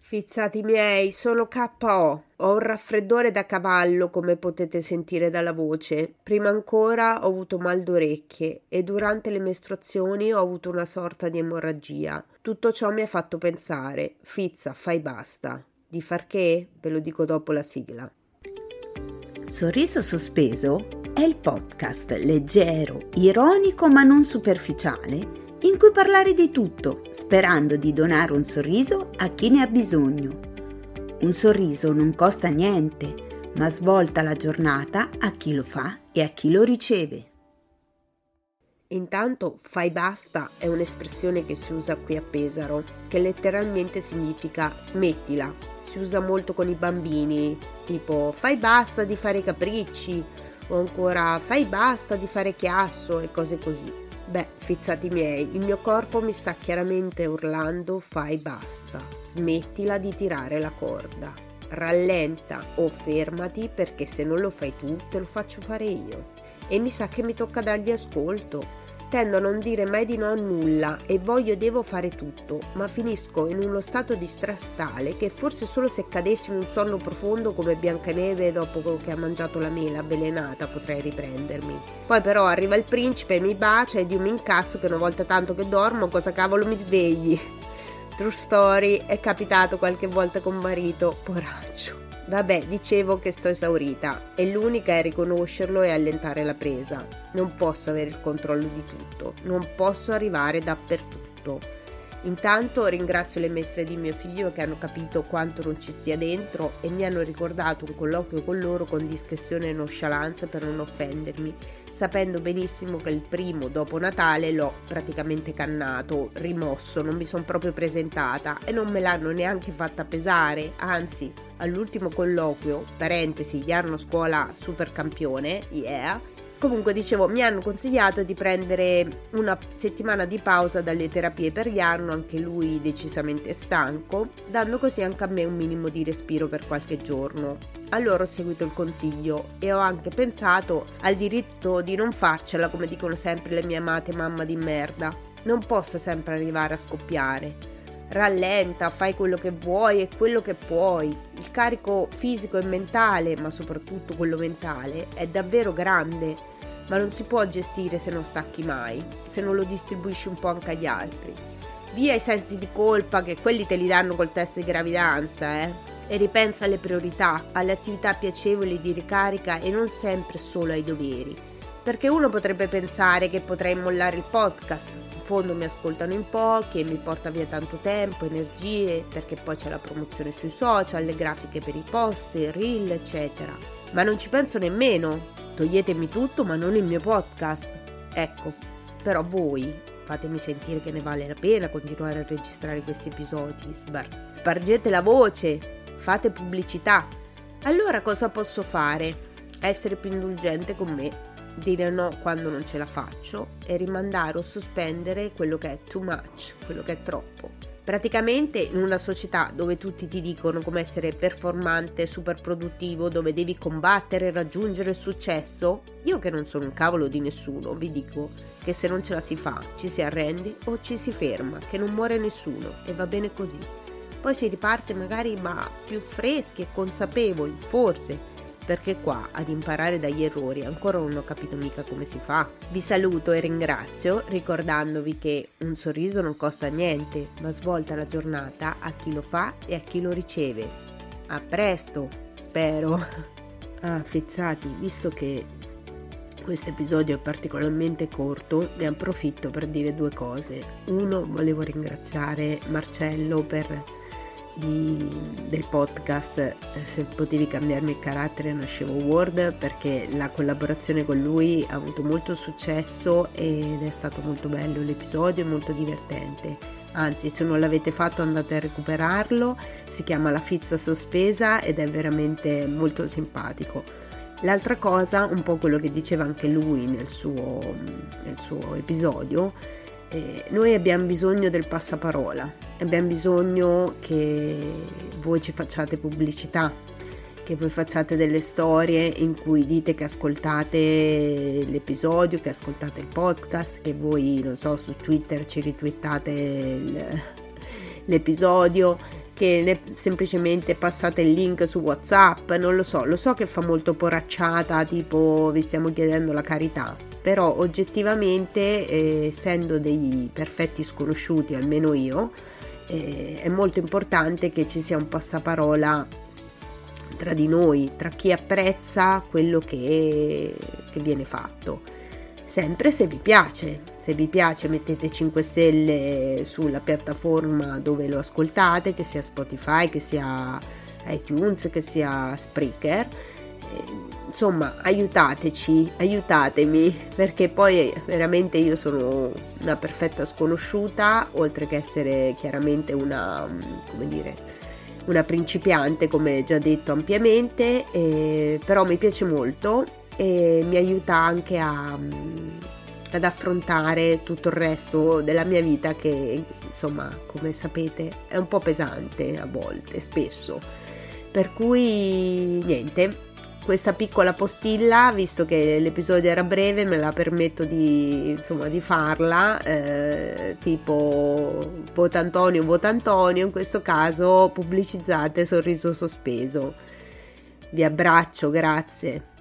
Fizzati miei, sono KO. Ho un raffreddore da cavallo, come potete sentire dalla voce. Prima ancora ho avuto mal d'orecchie e durante le mestruazioni ho avuto una sorta di emorragia. Tutto ciò mi ha fatto pensare: Fizza, fai basta. Di far che? Ve lo dico dopo la sigla. Sorriso sospeso è il podcast leggero, ironico ma non superficiale in cui parlare di tutto, sperando di donare un sorriso a chi ne ha bisogno. Un sorriso non costa niente, ma svolta la giornata a chi lo fa e a chi lo riceve. Intanto, fai basta è un'espressione che si usa qui a Pesaro, che letteralmente significa smettila. Si usa molto con i bambini, tipo fai basta di fare capricci, o ancora fai basta di fare chiasso e cose così. Beh, fizzati miei, il mio corpo mi sta chiaramente urlando fai basta, smettila di tirare la corda, rallenta o fermati perché se non lo fai tu te lo faccio fare io. E mi sa che mi tocca dargli ascolto. Tendo a non dire mai di no a nulla e devo fare tutto, ma finisco in uno stato di stress tale che forse solo se cadessi in un sonno profondo come Biancaneve dopo che ha mangiato la mela avvelenata potrei riprendermi. Poi però arriva il principe, mi bacia ed io mi incazzo che una volta tanto che dormo cosa cavolo mi svegli. True story, è capitato qualche volta con marito, poraccio. Vabbè, dicevo che sto esaurita e l'unica è riconoscerlo e allentare la presa. Non posso avere il controllo di tutto, non posso arrivare dappertutto. Intanto ringrazio le maestre di mio figlio che hanno capito quanto non ci stia dentro e mi hanno ricordato un colloquio con loro con discrezione e nonchalance per non offendermi, sapendo benissimo che il primo dopo Natale l'ho praticamente cannato, rimosso, non mi sono proprio presentata e non me l'hanno neanche fatta pesare, anzi, all'ultimo colloquio, parentesi, gli hanno scuola super campione, yeah. Comunque dicevo, mi hanno consigliato di prendere una settimana di pausa dalle terapie per Jarno, anche lui decisamente stanco, dando così anche a me un minimo di respiro per qualche giorno. Allora ho seguito il consiglio e ho anche pensato al diritto di non farcela, come dicono sempre le mie amate mamma di merda. Non posso sempre arrivare a scoppiare. Rallenta, fai quello che vuoi e quello che puoi. Il carico fisico e mentale, ma soprattutto quello mentale, è davvero grande, ma non si può gestire se non stacchi mai, se non lo distribuisci un po' anche agli altri. Via i sensi di colpa, che quelli te li danno col test di gravidanza, E ripensa alle priorità, alle attività piacevoli di ricarica e non sempre solo ai doveri. Perché uno potrebbe pensare che potrei mollare il podcast, in fondo mi ascoltano in pochi e mi porta via tanto tempo, energie, perché poi c'è la promozione sui social, le grafiche per i post, il reel, eccetera. Ma non ci penso nemmeno, toglietemi tutto ma non il mio podcast. Ecco, però voi fatemi sentire che ne vale la pena continuare a registrare questi episodi, spargete la voce, fate pubblicità. Allora cosa posso fare? Essere più indulgente con me, dire no quando non ce la faccio e rimandare o sospendere quello che è too much, quello che è troppo. Praticamente in una società dove tutti ti dicono come essere performante, super produttivo, dove devi combattere e raggiungere il successo, io che non sono un cavolo di nessuno, vi dico che se non ce la si fa ci si arrende o ci si ferma, che non muore nessuno e va bene così. Poi si riparte magari ma più freschi e consapevoli, forse, perché qua ad imparare dagli errori ancora non ho capito mica come si fa. Vi saluto e ringrazio ricordandovi che un sorriso non costa niente, ma svolta la giornata a chi lo fa e a chi lo riceve. A presto, spero. Fizzati, visto che questo episodio è particolarmente corto, ne approfitto per dire due cose. Uno, volevo ringraziare Marcello del podcast Se potevi cambiarmi il carattere nascevo Word, perché la collaborazione con lui ha avuto molto successo ed è stato molto bello l'episodio e molto divertente. Anzi, se non l'avete fatto andate a recuperarlo, si chiama La Fizza Sospesa ed è veramente molto simpatico. L'altra cosa, un po' quello che diceva anche lui nel suo episodio, noi abbiamo bisogno del passaparola, abbiamo bisogno che voi ci facciate pubblicità, che voi facciate delle storie in cui dite che ascoltate l'episodio, che ascoltate il podcast, che voi, non so, su Twitter ci ritwittate l'episodio, che semplicemente passate il link su WhatsApp, non lo so che fa molto poracciata, tipo vi stiamo chiedendo la carità, però oggettivamente essendo dei perfetti sconosciuti, almeno io, è molto importante che ci sia un passaparola tra di noi, tra chi apprezza quello che viene fatto. Sempre se vi piace mettete 5 stelle sulla piattaforma dove lo ascoltate, che sia Spotify, che sia iTunes, che sia Spreaker, insomma aiutatemi, perché poi veramente io sono una perfetta sconosciuta, oltre che essere chiaramente una principiante, come già detto ampiamente, però mi piace molto e mi aiuta anche ad affrontare tutto il resto della mia vita, che insomma, come sapete, è un po' pesante a volte, spesso, per cui niente, questa piccola postilla, visto che l'episodio era breve, me la permetto di farla, tipo vota Antonio, in questo caso pubblicizzate Sorriso Sospeso. Vi abbraccio, grazie.